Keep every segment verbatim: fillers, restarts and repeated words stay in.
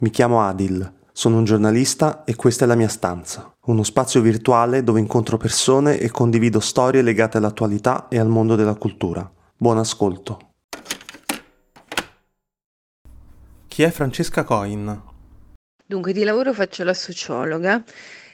Mi chiamo Adil, sono un giornalista e questa è la mia stanza, uno spazio virtuale dove incontro persone e condivido storie legate all'attualità e al mondo della cultura. Buon ascolto. Chi è Francesca Coin? Dunque, di lavoro faccio la sociologa.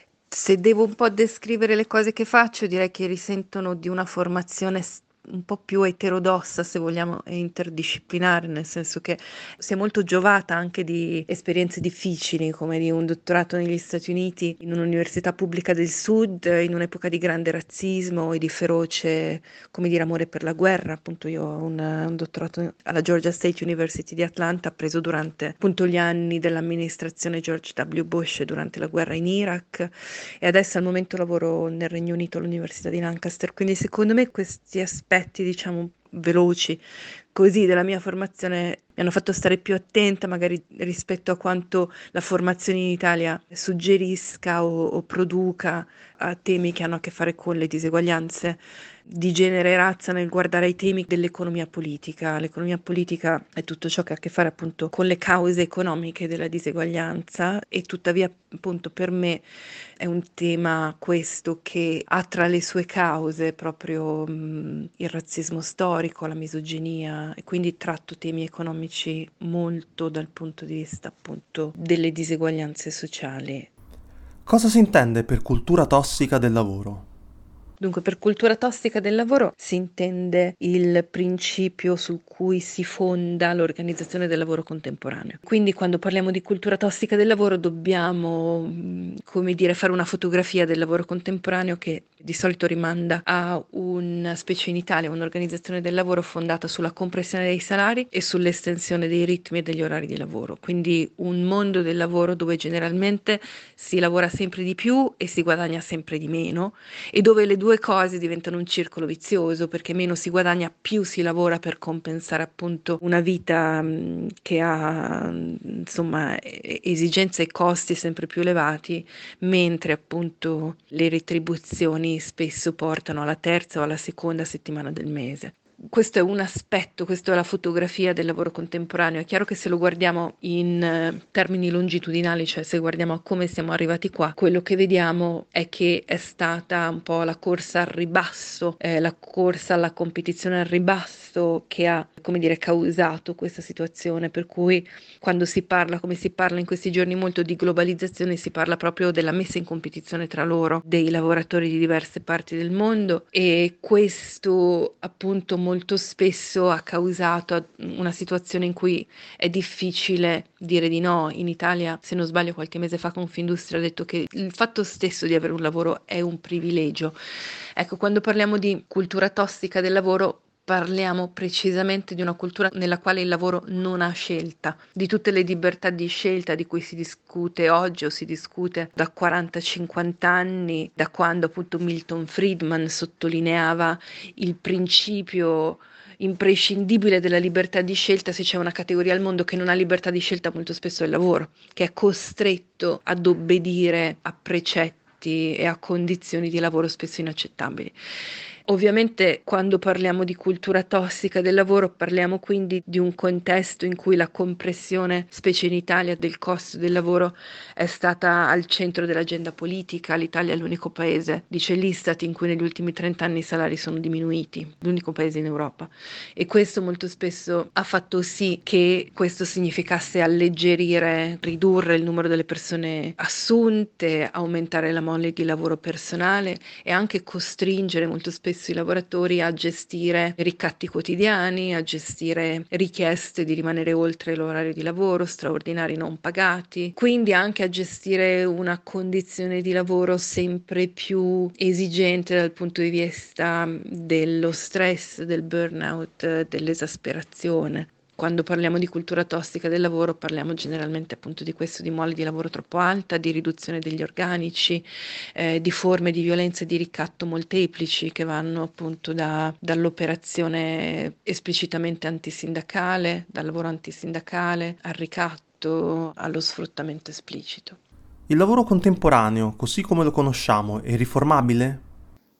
Se devo un po' descrivere le cose che faccio, direi che risentono di una formazione s- un po' più eterodossa, se vogliamo, e interdisciplinare, nel senso che si è molto giovata anche di esperienze difficili, come di un dottorato negli Stati Uniti, in un'università pubblica del Sud, in un'epoca di grande razzismo e di feroce, come dire, amore per la guerra. Appunto, io ho un, un dottorato alla Georgia State University di Atlanta, preso durante appunto gli anni dell'amministrazione George W. Bush durante la guerra in Iraq, e adesso al momento lavoro nel Regno Unito all'Università di Lancaster. Quindi secondo me questi aspetti, diciamo, veloci così della mia formazione mi hanno fatto stare più attenta magari rispetto a quanto la formazione in Italia suggerisca o, o produca a temi che hanno a che fare con le diseguaglianze di genere e razza, nel guardare ai temi dell'economia politica. L'economia politica è tutto ciò che ha a che fare appunto con le cause economiche della diseguaglianza, e tuttavia appunto per me è un tema questo che ha tra le sue cause proprio mh, il razzismo storico, la misoginia, e quindi tratto temi economici molto dal punto di vista appunto delle diseguaglianze sociali. Cosa si intende per cultura tossica del lavoro? Dunque, per cultura tossica del lavoro si intende il principio su cui si fonda l'organizzazione del lavoro contemporaneo. Quindi, quando parliamo di cultura tossica del lavoro, dobbiamo, mh, come dire, fare una fotografia del lavoro contemporaneo che di solito rimanda a una specie in Italia, un'organizzazione del lavoro fondata sulla compressione dei salari e sull'estensione dei ritmi e degli orari di lavoro. Quindi un mondo del lavoro dove generalmente si lavora sempre di più e si guadagna sempre di meno, e dove le due cose diventano un circolo vizioso, perché meno si guadagna, più si lavora per compensare appunto una vita mh, che ha mh, insomma e- esigenze e costi sempre più elevati, mentre appunto le retribuzioni spesso portano alla terza o alla seconda settimana del mese. Questo è un aspetto, questa è la fotografia del lavoro contemporaneo. È chiaro che se lo guardiamo in eh, termini longitudinali, cioè se guardiamo a come siamo arrivati qua, quello che vediamo è che è stata un po' la corsa al ribasso, eh, la corsa alla competizione al ribasso che ha, come dire, causato questa situazione, per cui quando si parla, come si parla in questi giorni molto di globalizzazione, si parla proprio della messa in competizione tra loro dei lavoratori di diverse parti del mondo, e questo appunto molto spesso ha causato una situazione in cui è difficile dire di no. In Italia, se non sbaglio, qualche mese fa Confindustria ha detto che il fatto stesso di avere un lavoro è un privilegio. Ecco, quando parliamo di cultura tossica del lavoro, parliamo precisamente di una cultura nella quale il lavoro non ha scelta, di tutte le libertà di scelta di cui si discute oggi o si discute da quaranta cinquanta anni, da quando appunto Milton Friedman sottolineava il principio imprescindibile della libertà di scelta. Se c'è una categoria al mondo che non ha libertà di scelta, molto spesso è il lavoro, che è costretto ad obbedire a precetti e a condizioni di lavoro spesso inaccettabili. Ovviamente quando parliamo di cultura tossica del lavoro parliamo quindi di un contesto in cui la compressione, specie in Italia, del costo del lavoro è stata al centro dell'agenda politica. L'Italia è l'unico paese, dice l'Istat, in cui negli ultimi trenta anni i salari sono diminuiti, l'unico paese in Europa, e questo molto spesso ha fatto sì che questo significasse alleggerire, ridurre il numero delle persone assunte, aumentare la mole di lavoro personale e anche costringere molto spesso i lavoratori a gestire ricatti quotidiani, a gestire richieste di rimanere oltre l'orario di lavoro, straordinari non pagati, quindi anche a gestire una condizione di lavoro sempre più esigente dal punto di vista dello stress, del burnout, dell'esasperazione. Quando parliamo di cultura tossica del lavoro parliamo generalmente appunto di questo, di mole di lavoro troppo alta, di riduzione degli organici, eh, di forme di violenza e di ricatto molteplici che vanno appunto da, dall'operazione esplicitamente antisindacale, dal lavoro antisindacale, al ricatto, allo sfruttamento esplicito. Il lavoro contemporaneo, così come lo conosciamo, è riformabile?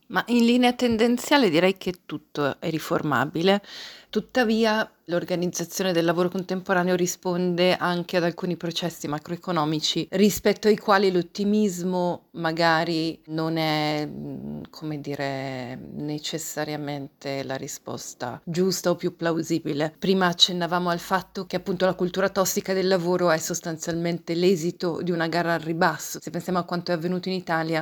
Ma in linea tendenziale direi che tutto è riformabile, tuttavia l'organizzazione del lavoro contemporaneo risponde anche ad alcuni processi macroeconomici rispetto ai quali l'ottimismo magari non è, mh, come dire, necessariamente la risposta giusta o più plausibile. Prima accennavamo al fatto che appunto la cultura tossica del lavoro è sostanzialmente l'esito di una gara al ribasso. Se pensiamo a quanto è avvenuto in Italia,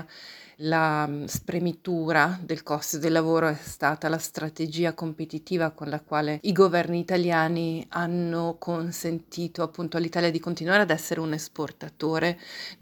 la mh, spremitura del costo del lavoro è stata la strategia competitiva con la quale i governi italiani hanno consentito appunto all'Italia di continuare ad essere un esportatore,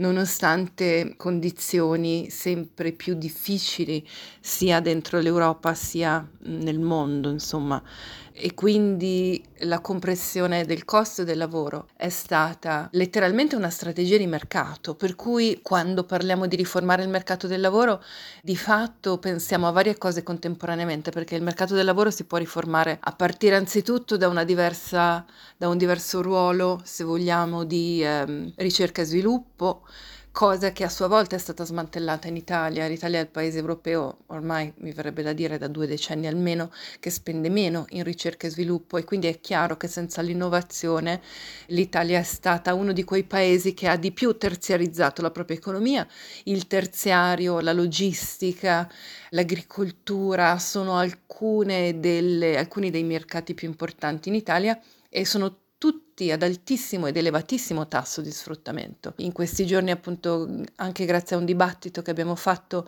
nonostante condizioni sempre più difficili sia dentro l'Europa sia mh, nel mondo, insomma. E quindi la compressione del costo del lavoro è stata letteralmente una strategia di mercato, per cui quando parliamo di riformare il mercato del lavoro, di fatto pensiamo a varie cose contemporaneamente, perché il mercato del lavoro si può riformare a partire anzitutto da una diversa, da un diverso ruolo, se vogliamo, di ehm, ricerca e sviluppo, cosa che a sua volta è stata smantellata in Italia. L'Italia è il paese europeo, ormai mi verrebbe da dire da due decenni almeno, che spende meno in ricerca e sviluppo, e quindi è chiaro che senza l'innovazione l'Italia è stata uno di quei paesi che ha di più terziarizzato la propria economia. Il terziario, la logistica, l'agricoltura sono alcune delle, alcuni dei mercati più importanti in Italia e sono tutti ad altissimo ed elevatissimo tasso di sfruttamento. In questi giorni, appunto, anche grazie a un dibattito che abbiamo fatto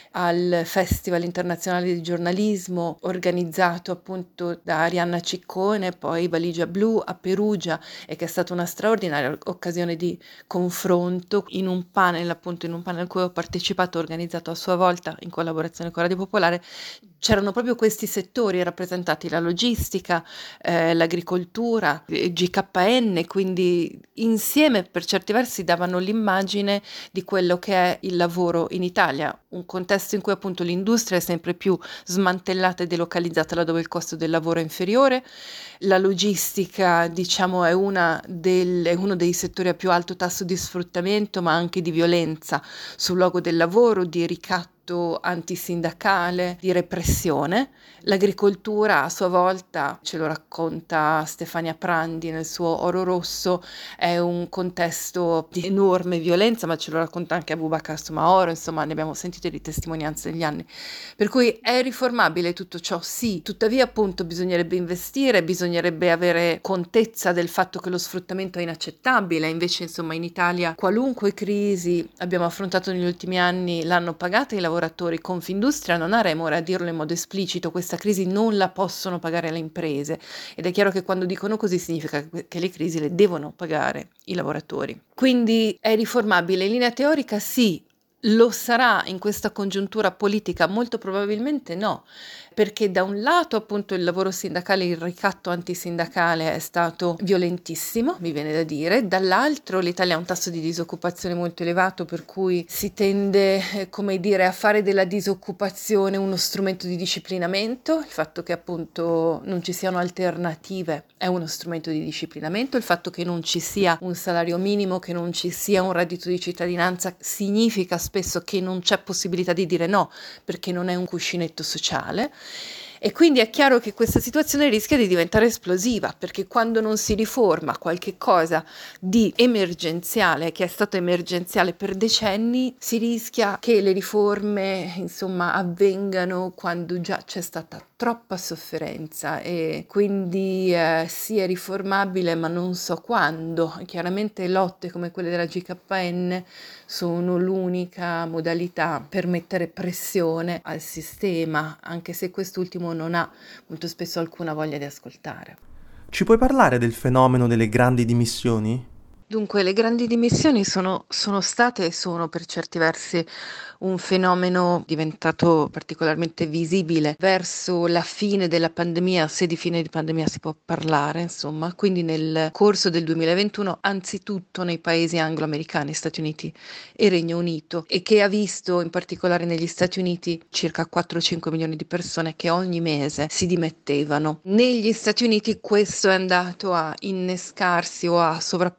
al Festival Internazionale di Giornalismo, organizzato appunto da Arianna Ciccone, poi Valigia Blu a Perugia, e che è stata una straordinaria occasione di confronto in un panel, appunto in un panel a cui ho partecipato, organizzato a sua volta in collaborazione con Radio Popolare. C'erano proprio questi settori rappresentati: la logistica, eh, l'agricoltura, eh, G K N, quindi insieme per certi versi davano l'immagine di quello che è il lavoro in Italia, un contesto in cui appunto l'industria è sempre più smantellata e delocalizzata laddove il costo del lavoro è inferiore. La logistica, diciamo, è, una del, è uno dei settori a più alto tasso di sfruttamento, ma anche di violenza sul luogo del lavoro, di ricatto antisindacale, di repressione. L'agricoltura a sua volta, ce lo racconta Stefania Prandi nel suo Oro Rosso, è un contesto di enorme violenza, ma ce lo racconta anche Abubakar Soumahoro, insomma ne abbiamo sentite di testimonianze negli anni. Per cui è riformabile tutto ciò, sì, tuttavia appunto bisognerebbe investire, bisognerebbe avere contezza del fatto che lo sfruttamento è inaccettabile. Invece insomma in Italia qualunque crisi abbiamo affrontato negli ultimi anni l'hanno pagata i lavoratori. Confindustria non ha remore a dirlo in modo esplicito: questa crisi non la possono pagare le imprese, ed è chiaro che quando dicono così significa che le crisi le devono pagare i lavoratori. Quindi è riformabile in linea teorica, sì. Lo sarà in questa congiuntura politica? Molto probabilmente no, perché da un lato appunto il lavoro sindacale, il ricatto antisindacale è stato violentissimo, mi viene da dire, dall'altro l'Italia ha un tasso di disoccupazione molto elevato, per cui si tende, eh, come dire, a fare della disoccupazione uno strumento di disciplinamento. Il fatto che appunto non ci siano alternative è uno strumento di disciplinamento, il fatto che non ci sia un salario minimo, che non ci sia un reddito di cittadinanza, significa spesso che non c'è possibilità di dire no, perché non è un cuscinetto sociale. E quindi è chiaro che questa situazione rischia di diventare esplosiva, perché quando non si riforma qualche cosa di emergenziale, che è stato emergenziale per decenni, si rischia che le riforme, insomma, avvengano quando già c'è stata troppa sofferenza, e quindi eh, sì, è riformabile, ma non so quando. Chiaramente lotte come quelle della G K N sono l'unica modalità per mettere pressione al sistema, anche se quest'ultimo non ha molto spesso alcuna voglia di ascoltare. Ci puoi parlare del fenomeno delle grandi dimissioni? Dunque, le grandi dimissioni sono, sono state e sono per certi versi un fenomeno diventato particolarmente visibile verso la fine della pandemia, se di fine di pandemia si può parlare, insomma, quindi nel corso del duemilaventuno, anzitutto nei paesi anglo-americani, Stati Uniti e Regno Unito, e che ha visto in particolare negli Stati Uniti circa quattro cinque milioni di persone che ogni mese si dimettevano. Negli Stati Uniti questo è andato a innescarsi o a sovrapporsi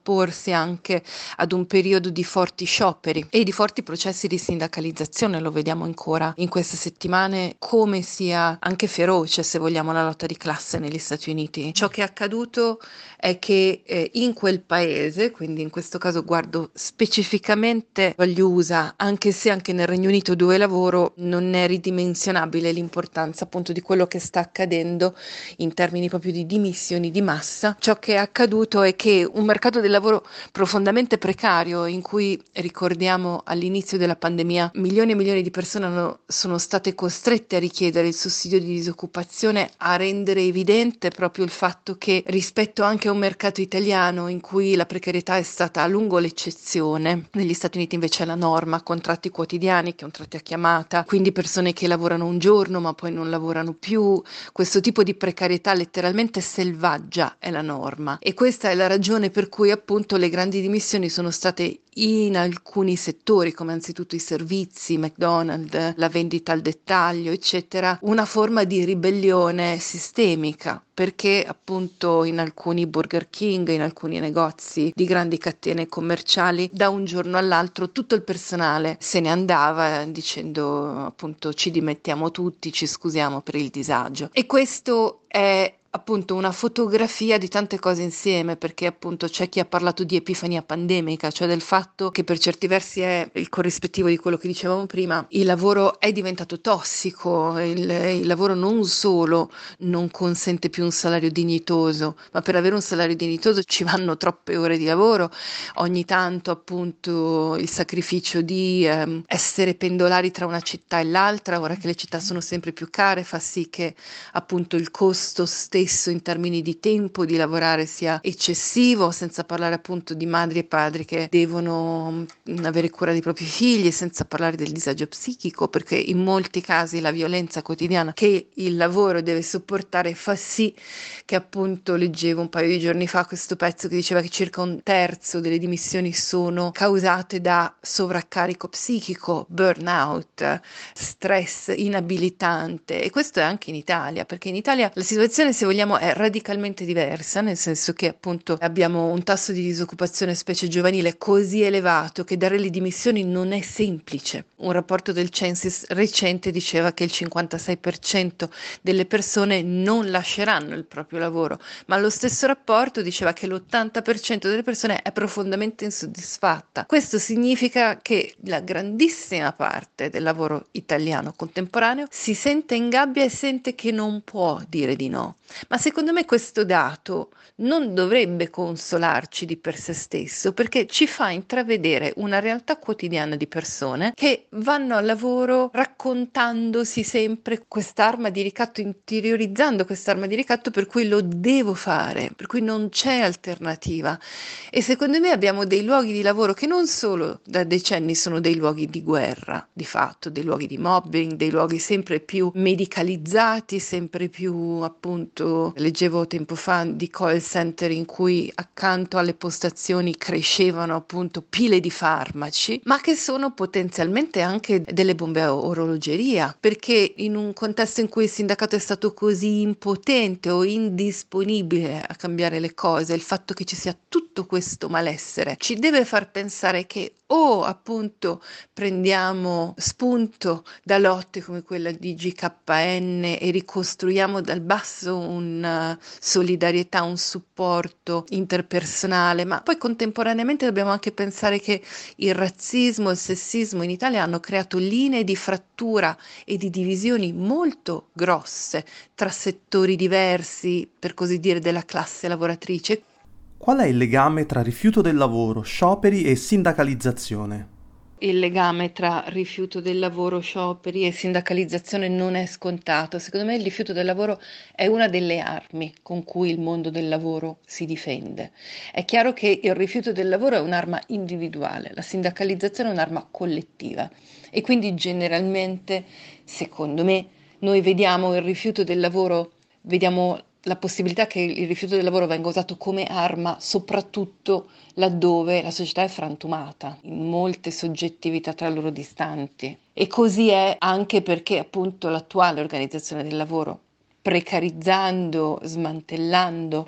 assistersi anche ad un periodo di forti scioperi e di forti processi di sindacalizzazione. Lo vediamo ancora in queste settimane come sia anche feroce, se vogliamo, la lotta di classe negli Stati Uniti. Ciò che è accaduto è che eh, in quel paese, quindi in questo caso guardo specificamente agli U S A, anche se anche nel Regno Unito dove lavoro non è ridimensionabile l'importanza appunto di quello che sta accadendo in termini proprio di dimissioni di massa. Ciò che è accaduto è che un mercato del lavoro profondamente precario, in cui ricordiamo all'inizio della pandemia milioni e milioni di persone hanno, sono state costrette a richiedere il sussidio di disoccupazione, a rendere evidente proprio il fatto che rispetto anche a un mercato italiano in cui la precarietà è stata a lungo l'eccezione, negli Stati Uniti invece è la norma, contratti quotidiani, contratti a chiamata, quindi persone che lavorano un giorno ma poi non lavorano più. Questo tipo di precarietà letteralmente selvaggia è la norma, e questa è la ragione per cui appunto le grandi dimissioni sono state in alcuni settori, come anzitutto i servizi, McDonald's, la vendita al dettaglio, eccetera, una forma di ribellione sistemica, perché appunto in alcuni Burger King, in alcuni negozi di grandi catene commerciali, da un giorno all'altro tutto il personale se ne andava dicendo appunto ci dimettiamo tutti, ci scusiamo per il disagio. E questo è appunto una fotografia di tante cose insieme, perché appunto c'è chi ha parlato di epifania pandemica, cioè del fatto che per certi versi è il corrispettivo di quello che dicevamo prima. Il lavoro è diventato tossico, il, il lavoro non solo non consente più un salario dignitoso, ma per avere un salario dignitoso ci vanno troppe ore di lavoro, ogni tanto appunto il sacrificio di ehm, essere pendolari tra una città e l'altra, ora che le città sono sempre più care, fa sì che appunto il costo stesso in termini di tempo di lavorare sia eccessivo, senza parlare appunto di madri e padri che devono mh, avere cura dei propri figli, senza parlare del disagio psichico, perché in molti casi la violenza quotidiana che il lavoro deve sopportare fa sì che appunto, leggevo un paio di giorni fa questo pezzo che diceva che circa un terzo delle dimissioni sono causate da sovraccarico psichico, burnout, stress inabilitante, e questo è anche in Italia, perché in Italia la situazione, se vogliamo, è radicalmente diversa, nel senso che appunto abbiamo un tasso di disoccupazione specie giovanile così elevato che dare le dimissioni non è semplice. Un rapporto del Censis recente diceva che il cinquantasei per cento delle persone non lasceranno il proprio lavoro, ma lo stesso rapporto diceva che l'ottanta per cento delle persone è profondamente insoddisfatta. Questo significa che la grandissima parte del lavoro italiano contemporaneo si sente in gabbia e sente che non può dire di no. Ma secondo me questo dato non dovrebbe consolarci di per sé stesso, perché ci fa intravedere una realtà quotidiana di persone che vanno al lavoro raccontandosi sempre quest'arma di ricatto, interiorizzando quest'arma di ricatto per cui lo devo fare, per cui non c'è alternativa. E secondo me abbiamo dei luoghi di lavoro che non solo da decenni sono dei luoghi di guerra, di fatto, dei luoghi di mobbing, dei luoghi sempre più medicalizzati, sempre più appunto, leggevo tempo fa di call center in cui accanto alle postazioni crescevano appunto pile di farmaci, ma che sono potenzialmente anche delle bombe a orologeria, perché in un contesto in cui il sindacato è stato così impotente o indisponibile a cambiare le cose, il fatto che ci sia tutto questo malessere ci deve far pensare che o appunto prendiamo spunto da lotte come quella di G K N e ricostruiamo dal basso una solidarietà, un supporto interpersonale, ma poi contemporaneamente dobbiamo anche pensare che il razzismo e il sessismo in Italia hanno creato linee di frattura e di divisioni molto grosse tra settori diversi, per così dire, della classe lavoratrice. Qual è il legame tra rifiuto del lavoro, scioperi e sindacalizzazione? Il legame tra rifiuto del lavoro, scioperi e sindacalizzazione non è scontato. Secondo me il rifiuto del lavoro è una delle armi con cui il mondo del lavoro si difende. È chiaro che il rifiuto del lavoro è un'arma individuale, la sindacalizzazione è un'arma collettiva, e quindi generalmente, secondo me, noi vediamo il rifiuto del lavoro, vediamo la possibilità che il rifiuto del lavoro venga usato come arma soprattutto laddove la società è frantumata, in molte soggettività tra loro distanti. E così è anche perché appunto l'attuale organizzazione del lavoro, precarizzando, smantellando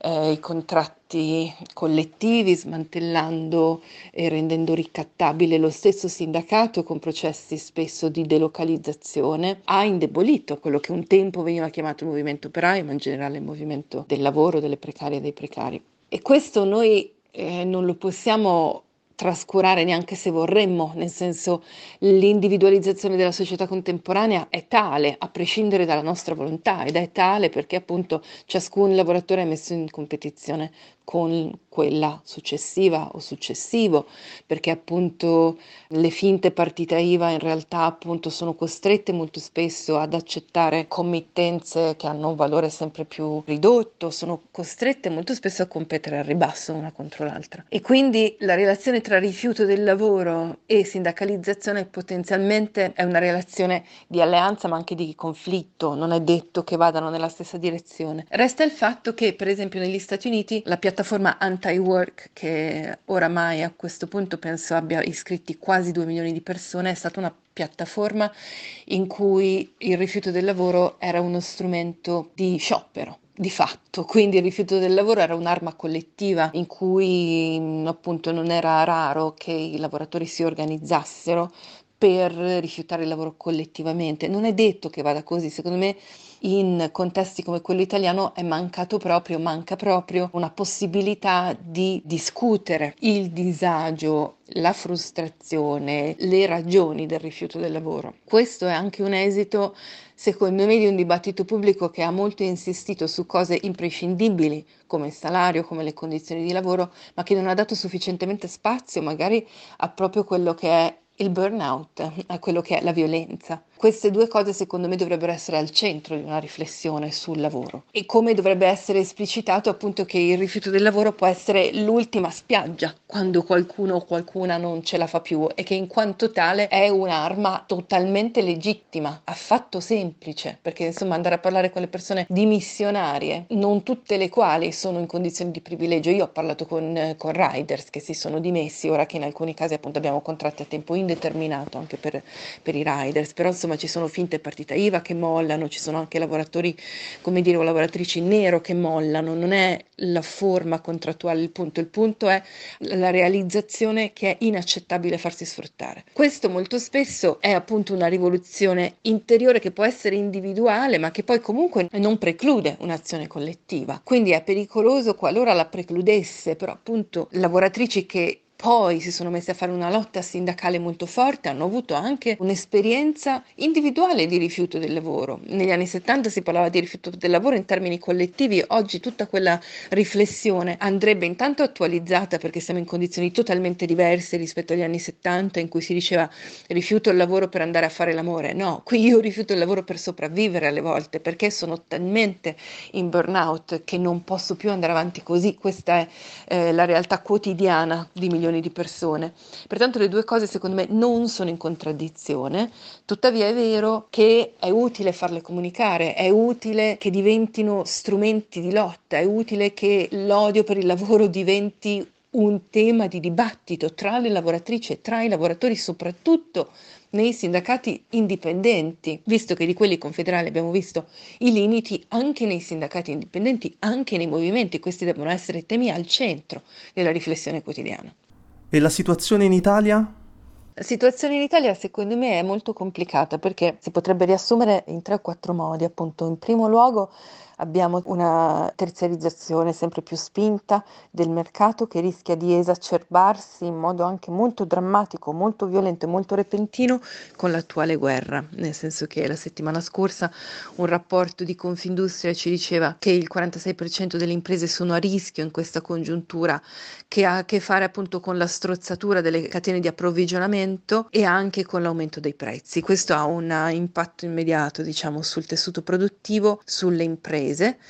eh, i contratti collettivi, smantellando e rendendo ricattabile lo stesso sindacato con processi spesso di delocalizzazione, ha indebolito quello che un tempo veniva chiamato il movimento operaio, ma in generale il movimento del lavoro, delle precarie e dei precari. E questo noi eh, non lo possiamo trascurare neanche se vorremmo, nel senso l'individualizzazione della società contemporanea è tale, a prescindere dalla nostra volontà, ed è tale perché appunto ciascun lavoratore è messo in competizione con quella successiva o successivo, perché appunto le finte partite I V A in realtà appunto sono costrette molto spesso ad accettare committenze che hanno un valore sempre più ridotto, sono costrette molto spesso a competere al ribasso una contro l'altra. E quindi la relazione tra rifiuto del lavoro e sindacalizzazione potenzialmente è una relazione di alleanza ma anche di conflitto, non è detto che vadano nella stessa direzione. Resta il fatto che per esempio negli Stati Uniti la piattaforma Anti-Work, che oramai a questo punto penso abbia iscritti quasi due milioni di persone, è stata una piattaforma in cui il rifiuto del lavoro era uno strumento di sciopero. Di fatto, quindi il rifiuto del lavoro era un'arma collettiva in cui mh, appunto non era raro che i lavoratori si organizzassero per rifiutare il lavoro collettivamente. Non è detto che vada così, secondo me in contesti come quello italiano è mancato proprio, manca proprio una possibilità di discutere il disagio, la frustrazione, le ragioni del rifiuto del lavoro. Questo è anche un esito, secondo me, di un dibattito pubblico che ha molto insistito su cose imprescindibili come il salario, come le condizioni di lavoro, ma che non ha dato sufficientemente spazio magari a proprio quello che è il burnout, a quello che è la violenza. Queste due cose secondo me dovrebbero essere al centro di una riflessione sul lavoro e come dovrebbe essere esplicitato appunto che il rifiuto del lavoro può essere l'ultima spiaggia quando qualcuno o qualcuna non ce la fa più e che in quanto tale è un'arma totalmente legittima, affatto semplice, perché insomma andare a parlare con le persone dimissionarie, non tutte le quali sono in condizioni di privilegio. Io ho parlato con, con riders che si sono dimessi, ora che in alcuni casi appunto abbiamo contratti a tempo indeterminato anche per, per i riders, però insomma ci sono finte partita I V A che mollano, ci sono anche lavoratori, come dire, o lavoratrici in nero che mollano, non è la forma contrattuale il punto, il punto è la realizzazione che è inaccettabile farsi sfruttare. Questo molto spesso è appunto una rivoluzione interiore che può essere individuale, ma che poi comunque non preclude un'azione collettiva. Quindi è pericoloso qualora la precludesse, però appunto lavoratrici che poi si sono messi a fare una lotta sindacale molto forte, hanno avuto anche un'esperienza individuale di rifiuto del lavoro. Negli anni settanta si parlava di rifiuto del lavoro in termini collettivi, oggi tutta quella riflessione andrebbe intanto attualizzata perché siamo in condizioni totalmente diverse rispetto agli anni settanta in cui si diceva rifiuto il lavoro per andare a fare l'amore. No, qui io rifiuto il lavoro per sopravvivere alle volte perché sono talmente in burnout che non posso più andare avanti così. Questa è eh, la realtà quotidiana di milioni di persone. Pertanto le due cose secondo me non sono in contraddizione, tuttavia è vero che è utile farle comunicare, è utile che diventino strumenti di lotta, è utile che l'odio per il lavoro diventi un tema di dibattito tra le lavoratrici e tra i lavoratori, soprattutto nei sindacati indipendenti, visto che di quelli confederali abbiamo visto i limiti anche nei sindacati indipendenti, anche nei movimenti, questi devono essere temi al centro della riflessione quotidiana. E la situazione in Italia? La situazione in Italia secondo me è molto complicata perché si potrebbe riassumere in tre o quattro modi, appunto. In primo luogo abbiamo una terziarizzazione sempre più spinta del mercato che rischia di esacerbarsi in modo anche molto drammatico, molto violento e molto repentino con l'attuale guerra, nel senso che la settimana scorsa un rapporto di Confindustria ci diceva che il quarantasei per cento delle imprese sono a rischio in questa congiuntura che ha a che fare appunto con la strozzatura delle catene di approvvigionamento e anche con l'aumento dei prezzi. Questo ha un impatto immediato, diciamo, sul tessuto produttivo, sulle imprese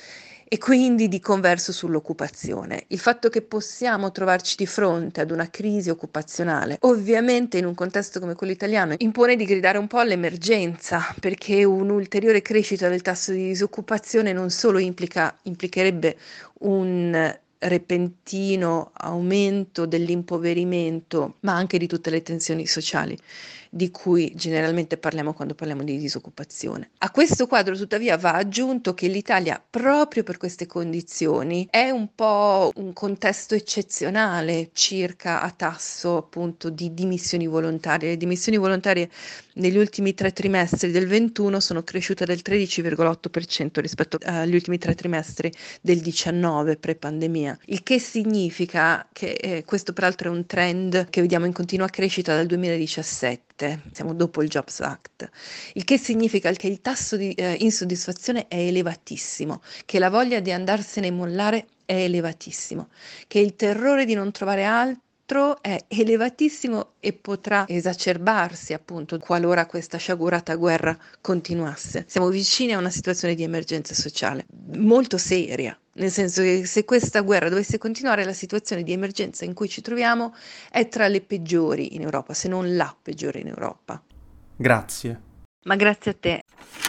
e quindi di converso sull'occupazione. Il fatto che possiamo trovarci di fronte ad una crisi occupazionale, ovviamente in un contesto come quello italiano, impone di gridare un po' all'emergenza, perché un'ulteriore crescita del tasso di disoccupazione non solo implica, implicherebbe un repentino aumento dell'impoverimento, ma anche di tutte le tensioni sociali di cui generalmente parliamo quando parliamo di disoccupazione. A questo quadro tuttavia va aggiunto che l'Italia, proprio per queste condizioni, è un po' un contesto eccezionale circa a tasso appunto di dimissioni volontarie. Le dimissioni volontarie negli ultimi tre trimestri del ventuno sono cresciute del tredici virgola otto per cento rispetto agli ultimi tre trimestri del diciannove pre-pandemia, il che significa che eh, questo peraltro è un trend che vediamo in continua crescita dal duemiladiciassette, siamo dopo il Jobs Act, il che significa che il tasso di eh, insoddisfazione è elevatissimo, che la voglia di andarsene e mollare è elevatissimo, che il terrore di non trovare altro è elevatissimo e potrà esacerbarsi appunto qualora questa sciagurata guerra continuasse. Siamo vicini a una situazione di emergenza sociale molto seria, nel senso che se questa guerra dovesse continuare, la situazione di emergenza in cui ci troviamo è tra le peggiori in Europa, se non la peggiore in Europa. Grazie. Ma grazie a te.